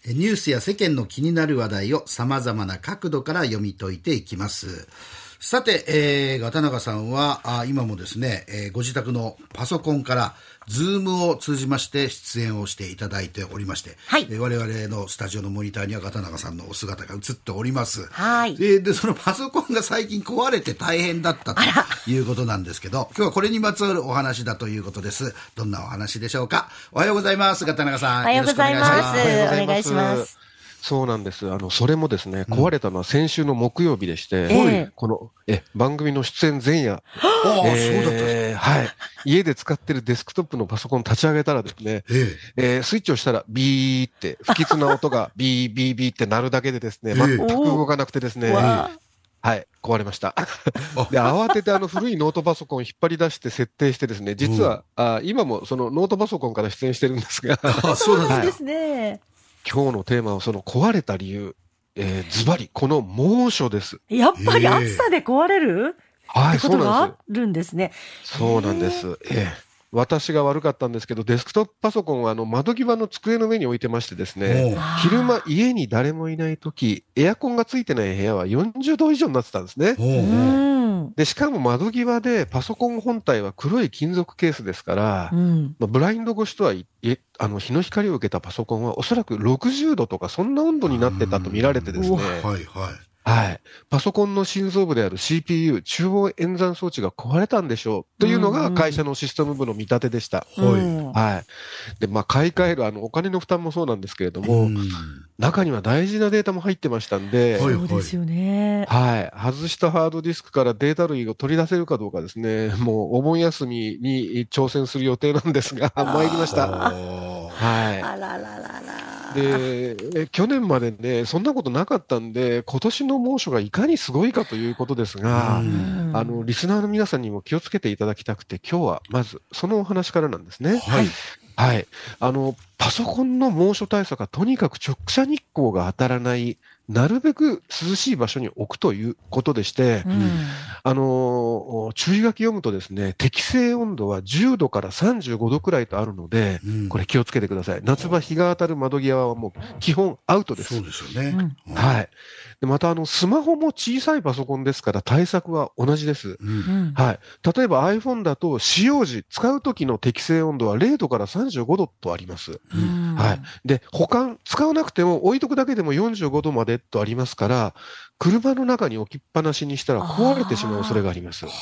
ニュースや世間の気になる話題を様々な角度から読み解いていきます。さて、綿永さんは今もですね、ご自宅のパソコンからズームを通じまして出演をしていただいておりまして、 はい、 我々のスタジオのモニターには綿永さんのお姿が映っております。 はい。 で、そのパソコンが最近壊れて大変だったということなんですけど、今日はこれにまつわるお話だということです。どんなお話でしょうか。おはようございます。綿永さん。 おはようございます。お願いします。 そうなんです。それもですね、壊れたのは先週の木曜日でして、この番組の出演前夜、 そうだったんですか。 はい、家で使ってるデスクトップのパソコン立ち上げたらですね、スイッチをしたらビーって不吉な音がビービービーって鳴るだけでですね、全く動かなくてですね、はい、壊れました。で、慌てて古いノートパソコンを引っ張り出して設定してですね、実は、今もそのノートパソコンから出演してるんですが、 そうなんですね。 今日のテーマはその壊れた理由、ズバリこの猛暑です。 やっぱり暑さで壊れる、ってことがあるんですね。 そうなんです。私が悪かったんですけど、デスクトップパソコンは窓際の机の上に置いてましてですね、昼間家に誰もいないとき、エアコンがついてない部屋は40度以上になってたんですね。で、しかも窓際でパソコン本体は黒い金属ケースですから、ブラインド越しとは日の光を受けたパソコンはおそらく60度とかそんな温度になってたと見られてですね、はい。パソコンの心臓部である CPU、中央演算装置が壊れたんでしょうというのが会社のシステム部の見立てでした。はい。で、買い替えるお金の負担もそうなんですけれども、中には大事なデータも入ってましたんで、 そうですよね。 はい。外したハードディスクからデータ類を取り出せるかどうかですね、もうお盆休みに挑戦する予定なんですが、参りました。はい。 あらららら。 で、去年までね、そんなことなかったんで、今年の猛暑がいかにすごいかということですが、リスナーの皆さんにも気をつけていただきたくて、今日はまずそのお話からなんですね。 はい。 はい。パソコンの猛暑対策はとにかく直射日光が当たらない、なるべく涼しい場所に置くということでして、注意書き読むとですね、適正温度は10度から35度くらいとあるので、これ気をつけてください。夏場日が当たる窓際はもう基本アウトです。 そうですよね。 はい。でまたスマホも小さいパソコンですから対策は同じです。はい。例えば iPhone だと使用時、使う時の適正温度は0度から35度とあります。はい。で、使わなくても置いとくだけでも45度までとありますから、車の中に置きっぱなしにしたら壊れてしまう恐れがあります。はい。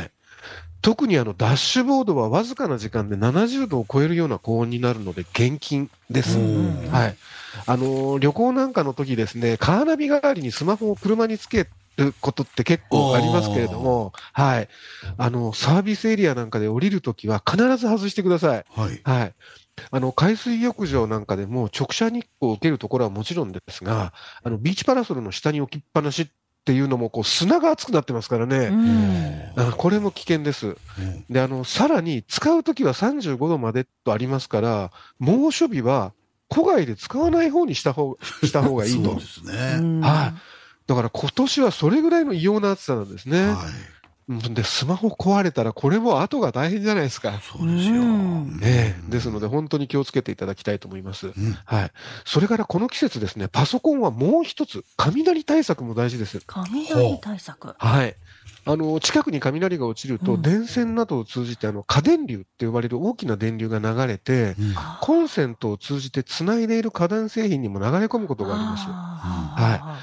特にダッシュボードはわずかな時間で70度を超えるような高温になるので厳禁です。はい。旅行なんかの時ですね、カーナビ代わりにスマホを車につけることって結構ありますけれども、はい。サービスエリアなんかで降りるときは必ず外してください。はい。海水浴場なんかでも直射日光を受けるところはもちろんですが、ビーチパラソルの下に置きっぱなしっていうのも砂が熱くなってますからね、これも危険です。で、さらに使うときは35度までとありますから、猛暑日は戸外で使わない方にした方がいいと。 そうですね。 はい。だから今年はそれぐらいの異様な暑さなんですね。で、スマホ壊れたらこれも後が大変じゃないですか。 そうですよ。 ですので本当に気をつけていただきたいと思います。はい。それからこの季節ですね、パソコンはもう一つ、雷対策も大事です。 雷対策。 はい。近くに雷が落ちると、電線などを通じて、過電流って呼ばれる大きな電流が流れて、コンセントを通じてつないでいる家電製品にも流れ込むことがあります。はい。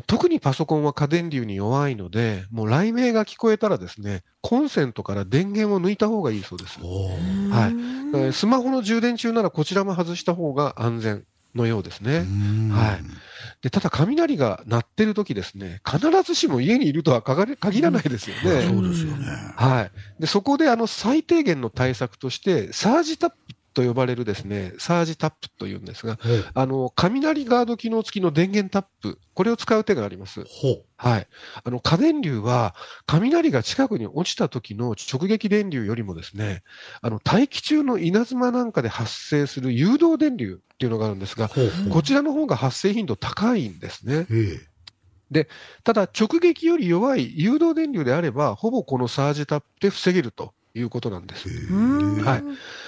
特にパソコンは過電流に弱いので、もう雷鳴が聞こえたらですね、コンセントから電源を抜いた方がいいそうです。はい。スマホの充電中ならこちらも外した方が安全のようですね。はい。で、ただ雷が鳴ってる時ですね、必ずしも家にいるとは限らないですよね。 そうですよね。 はい。で、そこで最低限の対策として、サージタップと呼ばれるですね、サージタップというんですが、雷ガード機能付きの電源タップ、これを使う手があります。はい。過電流は、雷が近くに落ちた時の直撃電流よりもですね、大気中の稲妻なんかで発生する誘導電流っていうのがあるんですが、こちらの方が発生頻度高いんですね。で、ただ直撃より弱い誘導電流であれば、ほぼこのサージタップで防げるということなんです。はい。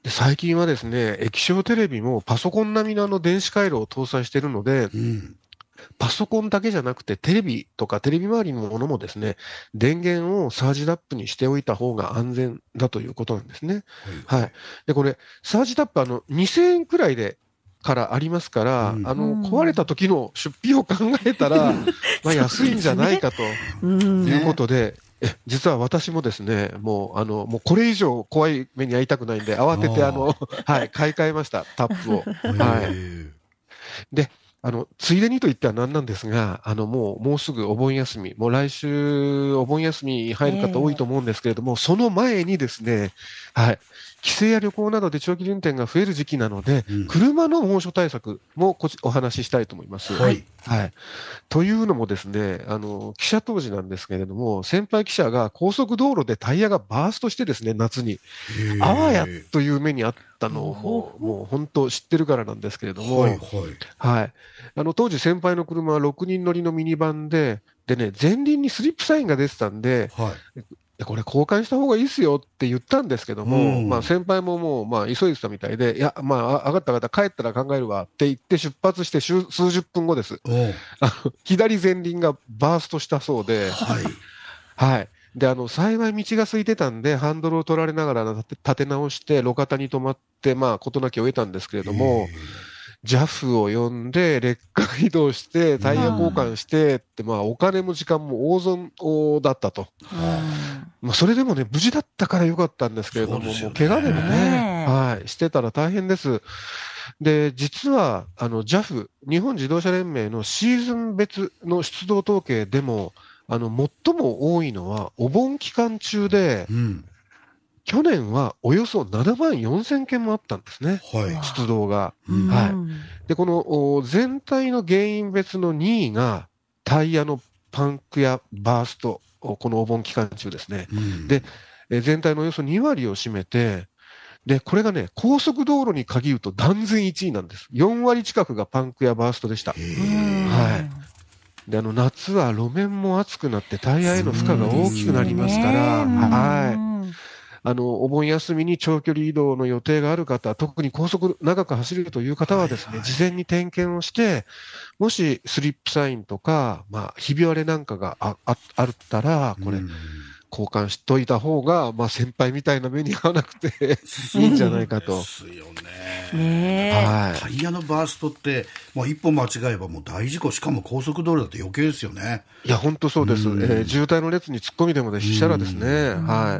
で最近はですね、液晶テレビもパソコン並みの電子回路を搭載しているので、パソコンだけじゃなくてテレビとかテレビ周りのものもですね、電源をサージタップにしておいた方が安全だということなんですね。はい。で、これ、サージタップ2000円くらいでからありますから、壊れた時の出費を考えたら、まあ安いんじゃないかということで、実は私もですね、もうこれ以上怖い目に遭いたくないんで、慌ててはい、買い替えました、タップを。はい。で、ついでにと言ってはなんなんですが、もうすぐお盆休み、もう来週お盆休み入る方多いと思うんですけれども、その前にですね、はい、帰省や旅行などで長期運転が増える時期なので、車の猛暑対策もお話ししたいと思います。はい。はい。というのもですね、記者当時なんですけれども、先輩記者が高速道路でタイヤがバーストしてですね、夏に、あわやという目にあったのをもう本当知ってるからなんですけれども、はい。当時先輩の車は6人乗りのミニバンで、ね、前輪にスリップサインが出てたんで、これ交換した方がいいですよって言ったんですけども、まあ先輩ももう急いでたみたいで、いや、まあ上がった上がった、帰ったら考えるわって言って出発して数十分後です。左前輪がバーストしたそうで、はい。で、幸い道が空いてたんで、ハンドルを取られながら立て直して、路肩に止まって、まあ、事なきを得たんですけれども、JAF を呼んで、レッカー移動して、タイヤ交換してって、まあ、お金も時間も大損だったと。まあ、それでもね、無事だったからよかったんですけれども、もう怪我でもね、はい、してたら大変です。で、実は、JAF、日本自動車連盟のシーズン別の出動統計でも、最も多いのはお盆期間中で、去年はおよそ7万4千件もあったんですね、出動が。はい。で、この全体の原因別の2位がタイヤのパンクやバースト、このお盆期間中ですね。で、全体のおよそ2割を占めて、で、これがね、高速道路に限ると断然1位なんです。4割近くがパンクやバーストでした。はい。で、夏は路面も熱くなってタイヤへの負荷が大きくなりますから、はい。お盆休みに長距離移動の予定がある方、特に高速長く走るという方はですね、事前に点検をして、もしスリップサインとか、まあ、ひび割れなんかがあったら、これ、交換しといた方が、まあ、先輩みたいな目に合わなくていいんじゃないかと。 ですよね。タイヤのバーストって、まあ、一歩間違えばもう大事故、しかも高速道路だと余計ですよね。 いや、本当そうです。渋滞の列に突っ込みでもしたらですね、はい。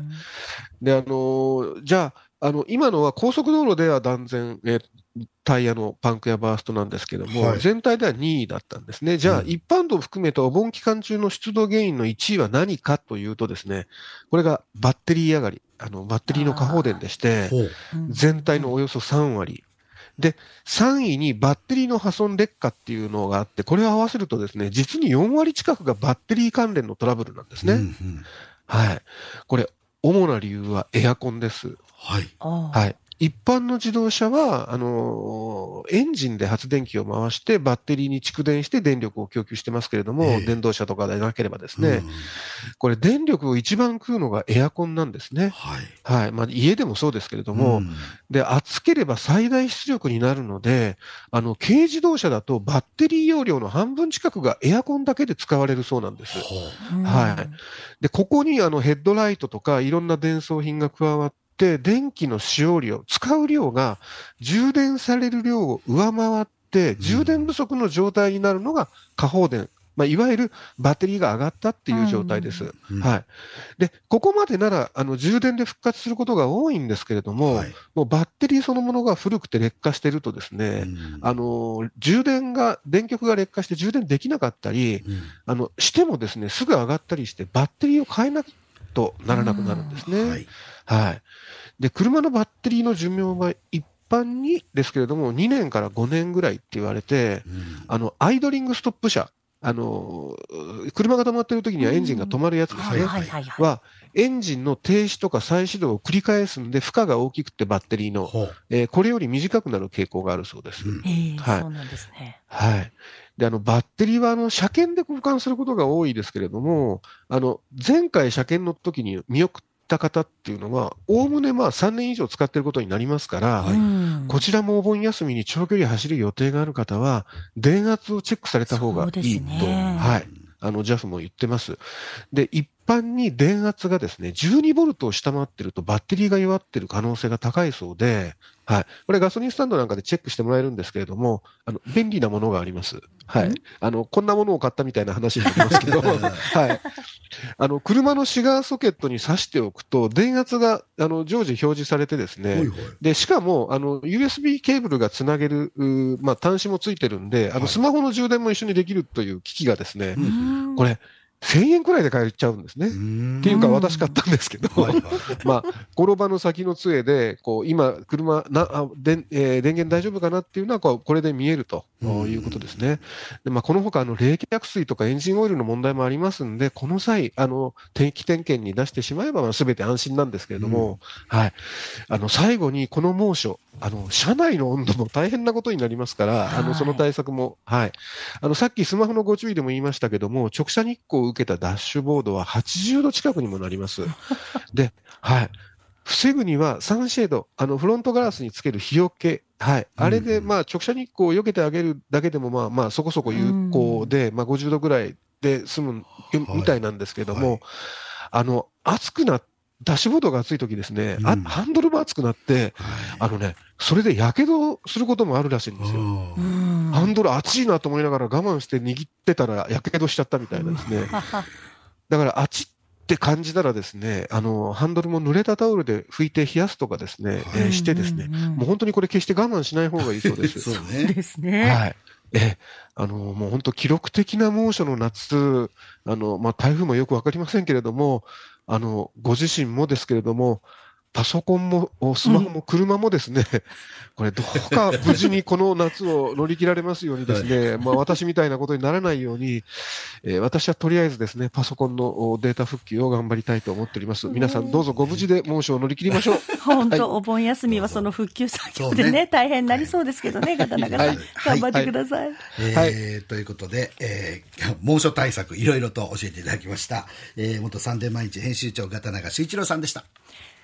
で、じゃあ、今のは高速道路では断然、タイヤのパンクやバーストなんですけども、全体では2位だったんですね。じゃあ、一般道を含めたお盆期間中の出動原因の1位は何かというとですね、これがバッテリー上がり、バッテリーの過放電でして、全体のおよそ3割。で、3位にバッテリーの破損劣化っていうのがあって、これを合わせるとですね、実に4割近くがバッテリー関連のトラブルなんですね。はい。これ、主な理由はエアコンです。はい。一般の自動車は、エンジンで発電機を回してバッテリーに蓄電して電力を供給してますけれども、電動車とかでなければですね、これ電力を一番食うのがエアコンなんですね。はい。まあ家でもそうですけれども、で、暑ければ最大出力になるので、軽自動車だとバッテリー容量の半分近くがエアコンだけで使われるそうなんです。はい。で、ここにヘッドライトとかいろんな電装品が加わって、電気の使用量、使う量が充電される量を上回って、充電不足の状態になるのが過放電。まあ、いわゆるバッテリーが上がったっていう状態です。はい。で、ここまでなら、充電で復活することが多いんですけれども、もうバッテリーそのものが古くて劣化しているとですね、電極が劣化して充電できなかったり、してもですね、すぐ上がったりして、バッテリーを変えなきゃとならなくなるんですね。はい。で、車のバッテリーの寿命は一般にですけれども、2年から5年ぐらいって言われて、アイドリングストップ車、車が止まっている時にはエンジンが止まるやつですね。は、エンジンの停止とか再始動を繰り返すんで、負荷が大きくてバッテリーの、これより短くなる傾向があるそうです。はい。 そうなんですね。 はい。で、バッテリーは、車検で交換することが多いですけれども、前回車検の時に見送っった方っていうのは、おおむね3年以上使っていることになりますから、こちらもお盆休みに長距離走る予定がある方は、電圧をチェックされた方がいいと、はい、JAF も言ってます。で、一般に電圧がですね、12ボルトを下回ってるとバッテリーが弱ってる可能性が高いそうで、はい。これガソリンスタンドなんかでチェックしてもらえるんですけれども、便利なものがあります。はい。こんなものを買ったみたいな話になりますけど、はい。車のシガーソケットに挿しておくと、電圧が、常時表示されてですね、で、しかも、USB ケーブルがつなげる、端子もついてるんで、スマホの充電も一緒にできるという機器がですね、これ、1000円くらいで買えちゃうんですね。っていうか、私買ったんですけど、転ばの先の杖で、今、電源大丈夫かなっていうのは、これで見えるということですね。で、このほか、冷却水とかエンジンオイルの問題もありますんで、この際、定期点検に出してしまえば、すべて安心なんですけれども、はい。最後に、この猛暑、車内の温度も大変なことになりますから、その対策も、はい。さっきスマホのご注意でも言いましたけども、直射日光を受けたダッシュボードは80度近くにもなります。で、はい。防ぐにはサンシェード、フロントガラスにつける日よけ、はい。あれで、直射日光を避けてあげるだけでも、そこそこ有効で、50度ぐらいで済むみたいなんですけども、暑くなって、ダッシュボードが熱い時ですね、ハンドルも熱くなって、それで火傷することもあるらしいんですよ。ハンドル熱いなと思いながら我慢して握ってたら火傷しちゃったみたいなですね。だから熱って感じたらですね、ハンドルも濡れたタオルで拭いて冷やすとかですね、してですね、もう本当にこれ決して我慢しない方がいいそうです。 そうですね。 はい。もう本当記録的な猛暑の夏、台風もよくわかりませんけれども、ご自身もですけれども、パソコンもスマホも車もですね、これどうか無事にこの夏を乗り切られますようにですね、私みたいなことにならないように、私はとりあえずですね、パソコンのデータ復旧を頑張りたいと思っております。皆さんどうぞご無事で猛暑を乗り切りましょう。 本当、お盆休みはその復旧作業でね、大変になりそうですけどね、片中さん。頑張ってください。 ということで、猛暑対策いろいろと教えていただきました。元サンデー毎日編集長片中修一郎さんでした。